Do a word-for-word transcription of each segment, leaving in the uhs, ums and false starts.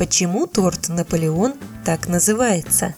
Почему торт Наполеон так называется?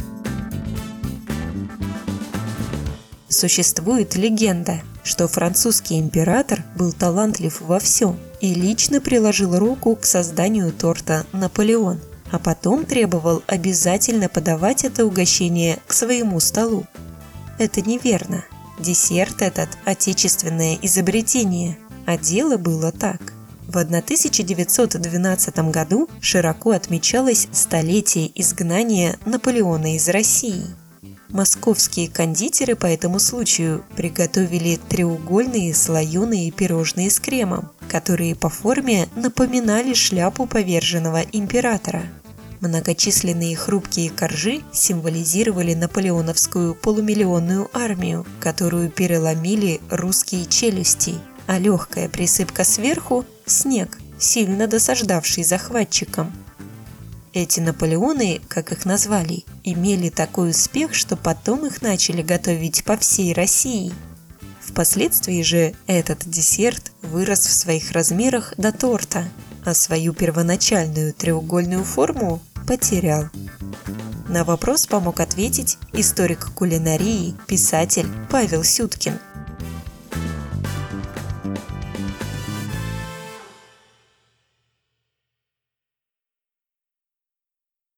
Существует легенда, что французский император был талантлив во всем и лично приложил руку к созданию торта Наполеон, а потом требовал обязательно подавать это угощение к своему столу. Это неверно. Десерт этот – отечественное изобретение, а дело было так. В тысяча девятьсот двенадцатом году широко отмечалось столетие изгнания Наполеона из России. Московские кондитеры по этому случаю приготовили треугольные слоеные пирожные с кремом, которые по форме напоминали шляпу поверженного императора. Многочисленные хрупкие коржи символизировали наполеоновскую полумиллионную армию, которую переломили русские челюсти, а легкая присыпка сверху – снег, сильно досаждавший захватчикам. Эти Наполеоны, как их назвали, имели такой успех, что потом их начали готовить по всей России. Впоследствии же этот десерт вырос в своих размерах до торта, а свою первоначальную треугольную форму потерял. На вопрос помог ответить историк кулинарии, писатель Павел Сюткин.